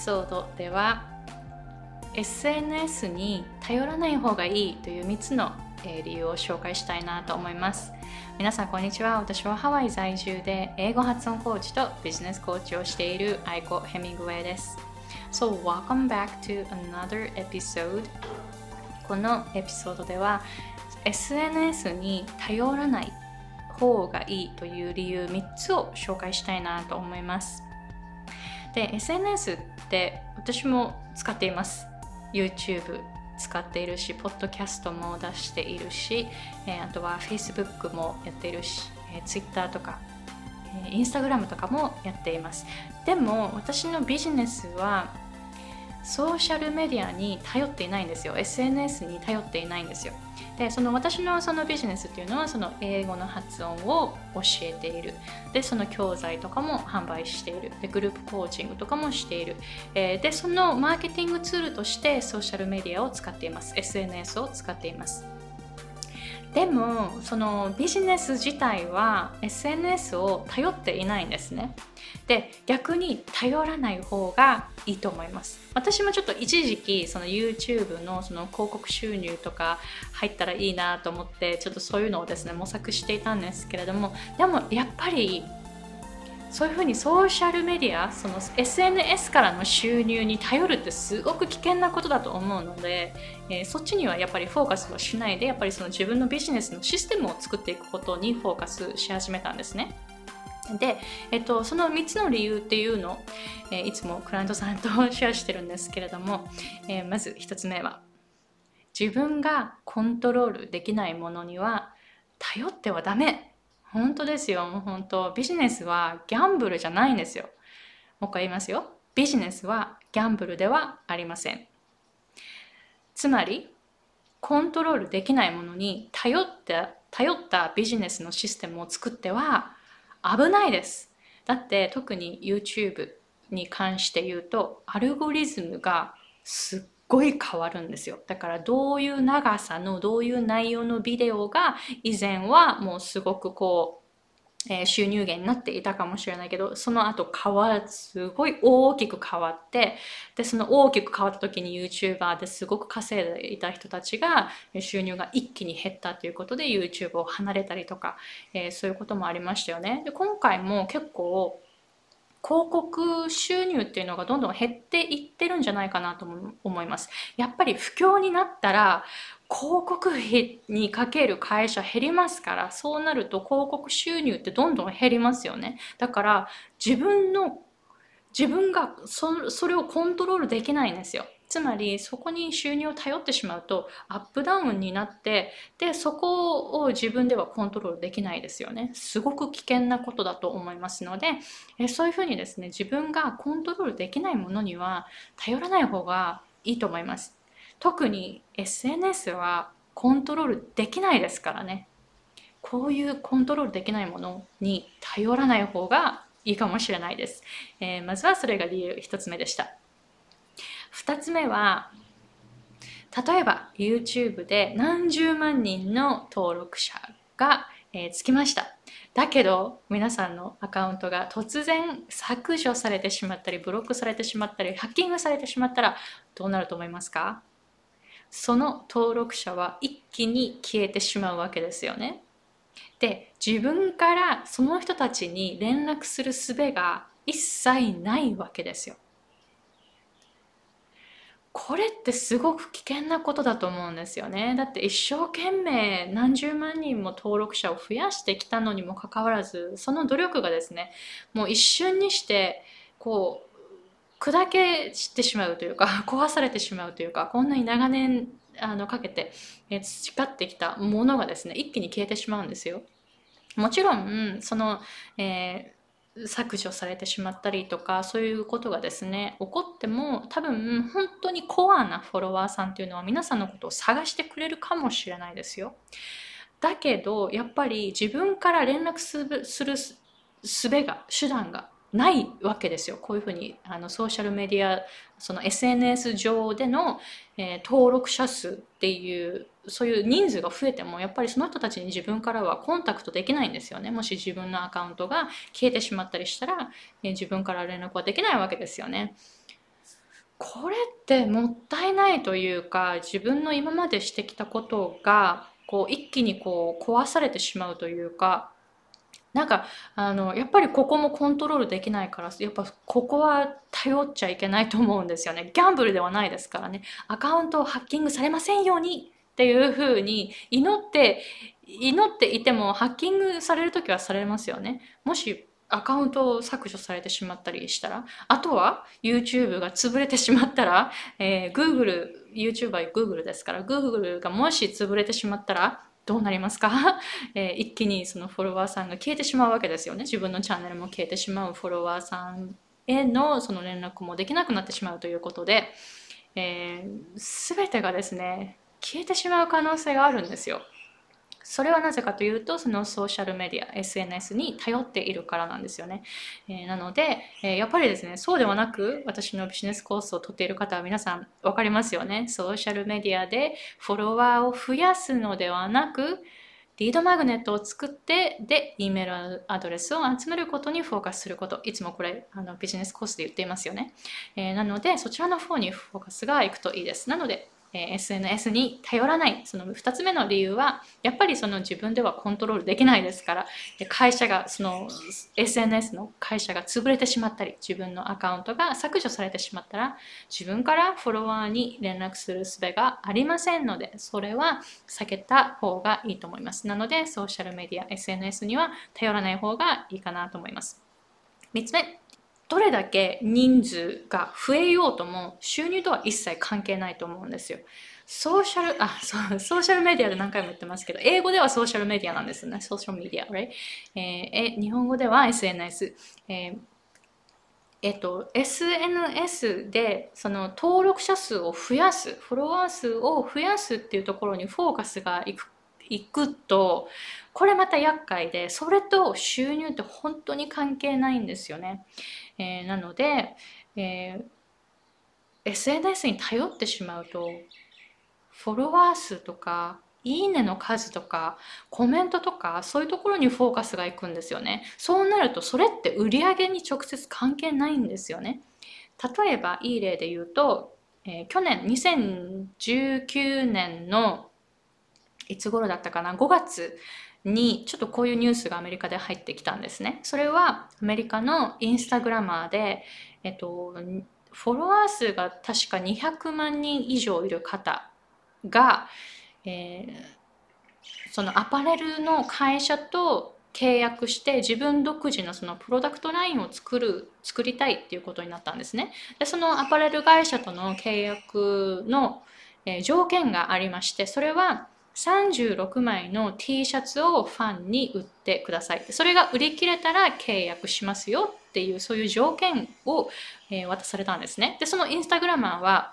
ソードでは SNS に頼らない方がいいという3つの理由を紹介したいなと思います。皆さんこんにちは。私はハワイ在住で英語発音コーチとビジネスコーチをしているアイコ・ヘミングウェイです。So welcome back to another episode。 このエピソードでは SNS に頼らない方がいいという理由3つを紹介したいなと思います。で、SNS って私も使っています。YouTube 使っているし、ポッドキャストも出しているし、あとは Facebook もやっているし、Twitter とか、Instagram とかもやっています。でも私のビジネスはソーシャルメディアに頼っていないんですよ。 SNS に頼っていないんですよ。で、私のそのビジネスっていうのはその英語の発音を教えている。で、その教材とかも販売している。で、グループコーチングとかもしている。で、そのマーケティングツールとしてソーシャルメディアを使っています。 SNS を使っています。でもそのビジネス自体は SNS を頼っていないんですね。で、逆に頼らない方がいいと思います。私もちょっと一時期その YouTube のその広告収入とか入ったらいいなと思ってちょっとそういうのをですね模索していたんですけれども、でもやっぱりそういうふうにソーシャルメディア、その SNS からの収入に頼るってすごく危険なことだと思うので、そっちにはやっぱりフォーカスはしないで、やっぱりその自分のビジネスのシステムを作っていくことにフォーカスし始めたんですね。で、その3つの理由っていうのを、いつもクライアントさんとシェアしてるんですけれども、まず1つ目は、自分がコントロールできないものには頼ってはダメ。本当ですよ。もう本当、ビジネスはギャンブルじゃないんですよ。もう一回言いますよ。ビジネスはギャンブルではありません。つまり、コントロールできないものに頼ったビジネスのシステムを作っては危ないです。だって特に YouTube に関して言うと、アルゴリズムがすっごい変わるんですよ。だからどういう長さのどういう内容のビデオが以前はもうすごく収入源になっていたかもしれないけど、その後すごい大きく変わって、で、その大きく変わった時に YouTuber ですごく稼いでいた人たちが収入が一気に減ったということで YouTube を離れたりとか、そういうこともありましたよね。で、今回も結構広告収入っていうのがどんどん減っていってるんじゃないかなと思います。やっぱり不況になったら広告費にかける会社減りますから、そうなると広告収入ってどんどん減りますよね。だから自分がそれをコントロールできないんですよ。つまりそこに収入を頼ってしまうとアップダウンになって、でそこを自分ではコントロールできないですよね。すごく危険なことだと思いますので、そういうふうにですね、自分がコントロールできないものには頼らない方がいいと思います。特に SNS はコントロールできないですからね。こういうコントロールできないものに頼らない方がいいかもしれないです。まずはそれが理由1つ目でした。2つ目は、例えば YouTube で何十万人の登録者が、つきました。だけど皆さんのアカウントが突然削除されてしまったり、ブロックされてしまったり、ハッキングされてしまったらどうなると思いますか？その登録者は一気に消えてしまうわけですよね。で、自分からその人たちに連絡する術が一切ないわけですよ。これってすごく危険なことだと思うんですよね。だって一生懸命何十万人も登録者を増やしてきたのにもかかわらず、その努力がですね、もう一瞬にして砕け散ってしまうというか、壊されてしまうというか、こんなに長年かけて培ってきたものがですね、一気に消えてしまうんですよ。もちろん削除されてしまったりとか、そういうことがですね起こっても、多分本当にコアなフォロワーさんっていうのは皆さんのことを探してくれるかもしれないですよ。だけどやっぱり自分から連絡する手段がないわけですよ。こういうふうにソーシャルメディア、その SNS 上での、登録者数っていうそういう人数が増えても、やっぱりその人たちに自分からはコンタクトできないんですよね。もし自分のアカウントが消えてしまったりしたら、自分から連絡はできないわけですよね。 これってもったいないというか、自分の今までしてきたことがこう一気にこう壊されてしまうというか、なんかやっぱりここもコントロールできないから、やっぱここは頼っちゃいけないと思うんですよね。ギャンブルではないですからね。アカウントをハッキングされませんようにっていうふうに祈っていても、ハッキングされるときはされますよね。もしアカウントを削除されてしまったりしたら、あとは YouTube が潰れてしまったら、YouTube は Google ですから、Google がもし潰れてしまったら、どうなりますか？一気にそのフォロワーさんが消えてしまうわけですよね。自分のチャンネルも消えてしまう、フォロワーさんへのその連絡もできなくなってしまうということで、全てがですね、消えてしまう可能性があるんですよ。それはなぜかというと、そのソーシャルメディア、SNS に頼っているからなんですよね。なので、やっぱりですね、そうではなく、私のビジネスコースを取っている方は皆さん分かりますよね。ソーシャルメディアでフォロワーを増やすのではなく、リードマグネットを作って、で、E メールアドレスを集めることにフォーカスすること。いつもこれ、ビジネスコースで言っていますよね。なので、そちらの方にフォーカスがいくといいです。なので、SNS に頼らない。その2つ目の理由は、やっぱりその自分ではコントロールできないですから、会社が、その SNS の会社が潰れてしまったり、自分のアカウントが削除されてしまったら、自分からフォロワーに連絡する術がありませんので、それは避けた方がいいと思います。なので、ソーシャルメディア、SNS には頼らない方がいいかなと思います。3つ目、どれだけ人数が増えようとも収入とは一切関係ないと思うんですよ。ソーシャル、ソーシャルメディアで何回も言ってますけど、英語ではソーシャルメディアなんですね。ソーシャルメディア、right? 日本語では SNS。SNS でその登録者数を増やす、フォロワー数を増やすっていうところにフォーカスがいくと、これまた厄介で、それと収入って本当に関係ないんですよね。なので、SNS に頼ってしまうと、フォロワー数とか、いいねの数とか、コメントとか、そういうところにフォーカスがいくんですよね。そうなると、それって売り上げに直接関係ないんですよね。例えば、いい例で言うと、去年、2019年の、いつ頃だったかな、5月に、ちょっとこういうニュースがアメリカで入ってきたんですね。それは、アメリカのインスタグラマーで、フォロワー数が確か200万人以上いる方が、そのアパレルの会社と契約して自分独自のそのプロダクトラインを作りたいっていうことになったんですね。で、そのアパレル会社との契約の条件がありまして、それは36枚の T シャツをファンに売ってください。それが売り切れたら契約しますよっていう、そういう条件を渡されたんですね。で、そのインスタグラマーは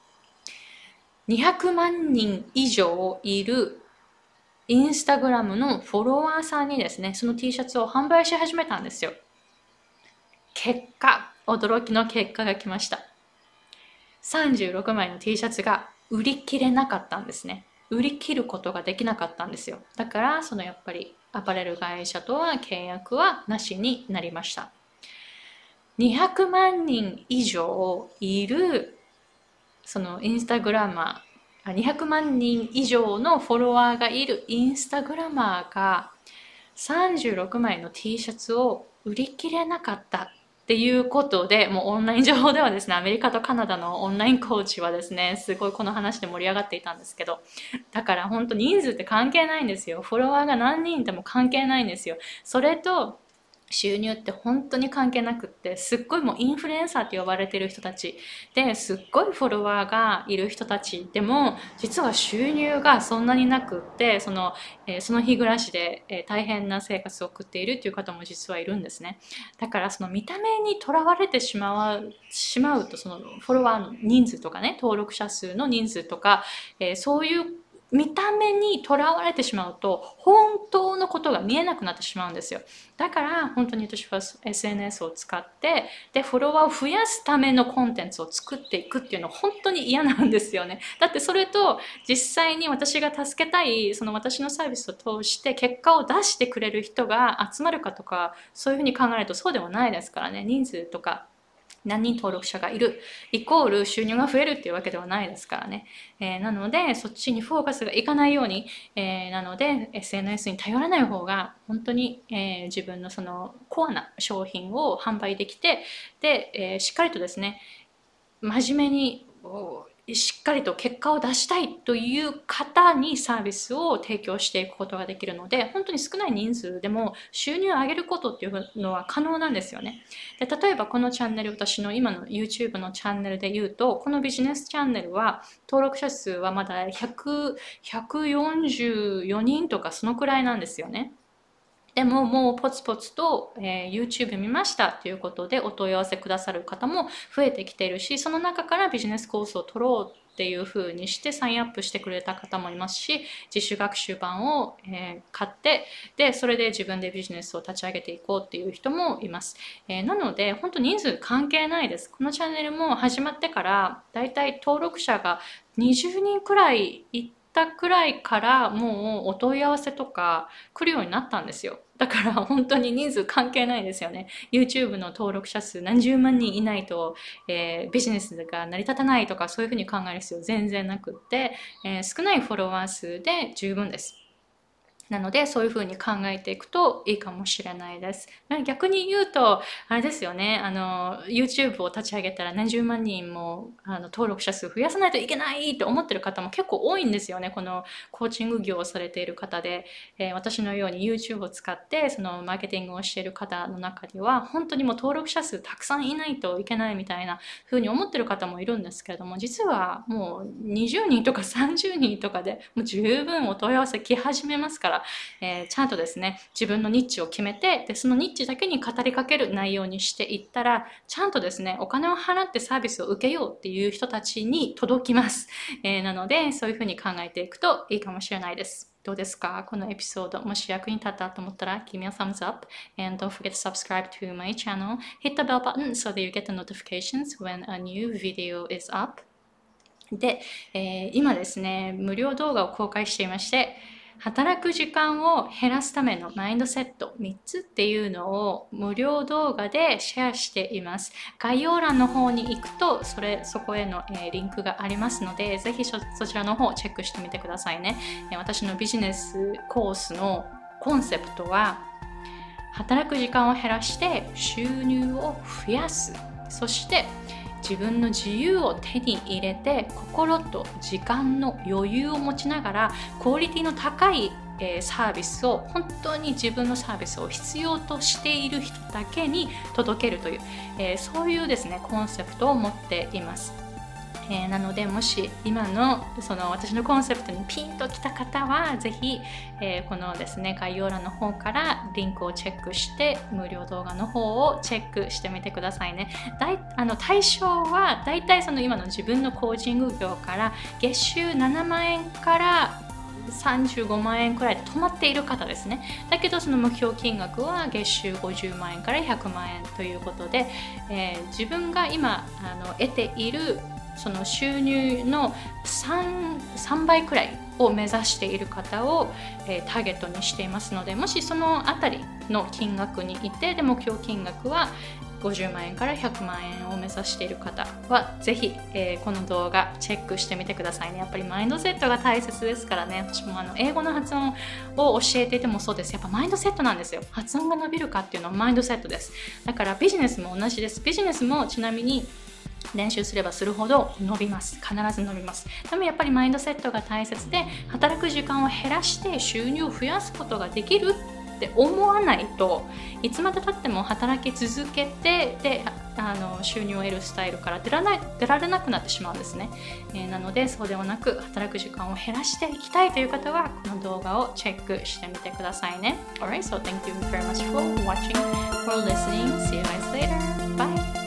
200万人以上いるインスタグラムのフォロワーさんにですね、その T シャツを販売し始めたんですよ。結果、驚きの結果が来ました。36枚の T シャツが売り切れなかったんですね。売り切ることができなかったんですよ。だから、そのやっぱりアパレル会社とは契約はなしになりました。200万人以上いるそのインスタグラマー、200万人以上のフォロワーがいるインスタグラマーが36枚の T シャツを売り切れなかったっていうことで、もうオンライン上ではですね、アメリカとカナダのオンラインコーチはですね、すごいこの話で盛り上がっていたんですけど、だから本当人数って関係ないんですよ。フォロワーが何人でも関係ないんですよ。それと収入って本当に関係なくって、すっごいもうインフルエンサーって呼ばれてる人たちですっごいフォロワーがいる人たちでも実は収入がそんなになくって、その日暮らしで、大変な生活を送っているっていう方も実はいるんですね。だからその見た目にとらわれてしまうと、そのフォロワーの人数とかね、登録者数の人数とか、そういう見た目にとらわれてしまうと本当のことが見えなくなってしまうんですよ。だから本当に私は SNS を使ってでフォロワーを増やすためのコンテンツを作っていくっていうのは本当に嫌なんですよね。だってそれと実際に私が助けたいその私のサービスを通して結果を出してくれる人が集まるかとか、そういうふうに考えるとそうではないですからね。人数とか何人登録者がいるイコール収入が増えるっていうわけではないですからね。なのでそっちにフォーカスがいかないように、なので SNS に頼らない方が本当に、自分のそのコアな商品を販売できて、で、しっかりとですね、真面目にしっかりと結果を出したいという方にサービスを提供していくことができるので、本当に少ない人数でも収入を上げることっていうのは可能なんですよね。で、例えばこのチャンネル、私の今の YouTube のチャンネルで言うと、このビジネスチャンネルは登録者数はまだ144人とかそのくらいなんですよね。でももうポツポツと、YouTube 見ましたということでお問い合わせくださる方も増えてきているし、その中からビジネスコースを取ろうっていう風にしてサインアップしてくれた方もいますし、自主学習版を、買って、でそれで自分でビジネスを立ち上げていこうっていう人もいます。なので本当人数関係ないです。このチャンネルも始まってからだいたい登録者が20人くらいいったくらいからもうお問い合わせとか来るようになったんですよ。だから本当に人数関係ないですよね。YouTube の登録者数何十万人いないと、ビジネスが成り立たないとかそういうふうに考える必要全然なくって、少ないフォロワー数で十分です。なのでそういうふうに考えていくといいかもしれないです。逆に言うとあれですよね、YouTube を立ち上げたら何十万人も登録者数増やさないといけないと思ってる方も結構多いんですよね。このコーチング業をされている方で、私のように YouTube を使ってそのマーケティングをしている方の中には本当にもう登録者数たくさんいないといけないみたいなふうに思ってる方もいるんですけれども、実はもう20人とか30人とかでもう十分お問い合わせ来始めますから、ちゃんとですね自分のニッチを決めて、でそのニッチだけに語りかける内容にしていったら、ちゃんとですねお金を払ってサービスを受けようっていう人たちに届きます。なのでそういうふうに考えていくといいかもしれないです。どうですかこのエピソード。もし役に立ったと思ったら Give me a thumbs up and don't forget to subscribe to my channel. Hit the bell button so that you get the notifications when a new video is up. で、今ですね無料動画を公開していまして、働く時間を減らすためのマインドセット3つっていうのを無料動画でシェアしています。概要欄の方に行くとそこへのリンクがありますので、ぜひそちらの方をチェックしてみてくださいね。私のビジネスコースのコンセプトは、働く時間を減らして収入を増やす、そして自分の自由を手に入れて心と時間の余裕を持ちながらクオリティの高いサービスを、本当に自分のサービスを必要としている人だけに届けるという、そういうですねコンセプトを持っています。なのでもし今のその私のコンセプトにピンときた方はぜひ、このですね概要欄の方からリンクをチェックして無料動画の方をチェックしてみてくださいね。対象はだいたいその今の自分のコーチング業から月収7万円から35万円くらいで止まっている方ですね。だけどその目標金額は月収50万円から100万円ということで、自分が今得ているその収入の 3倍くらいを目指している方を、ターゲットにしていますので、もしそのあたりの金額にいて、で目標金額は50万円から100万円を目指している方はぜひ、この動画チェックしてみてくださいね。やっぱりマインドセットが大切ですからね。私も英語の発音を教えていてもそうです。やっぱマインドセットなんですよ。発音が伸びるかっていうのはマインドセットです。だからビジネスも同じです。ビジネスもちなみに練習すればするほど伸びます。必ず伸びます。でもやっぱりマインドセットが大切で、働く時間を減らして収入を増やすことができるって思わないといつまでたっても働き続けて、で収入を得るスタイルから出られなくなってしまうんですね。なのでそうではなく、働く時間を減らしていきたいという方はこの動画をチェックしてみてくださいね。Alright, so thank you very much for watching, for listening. See you guys later. Bye!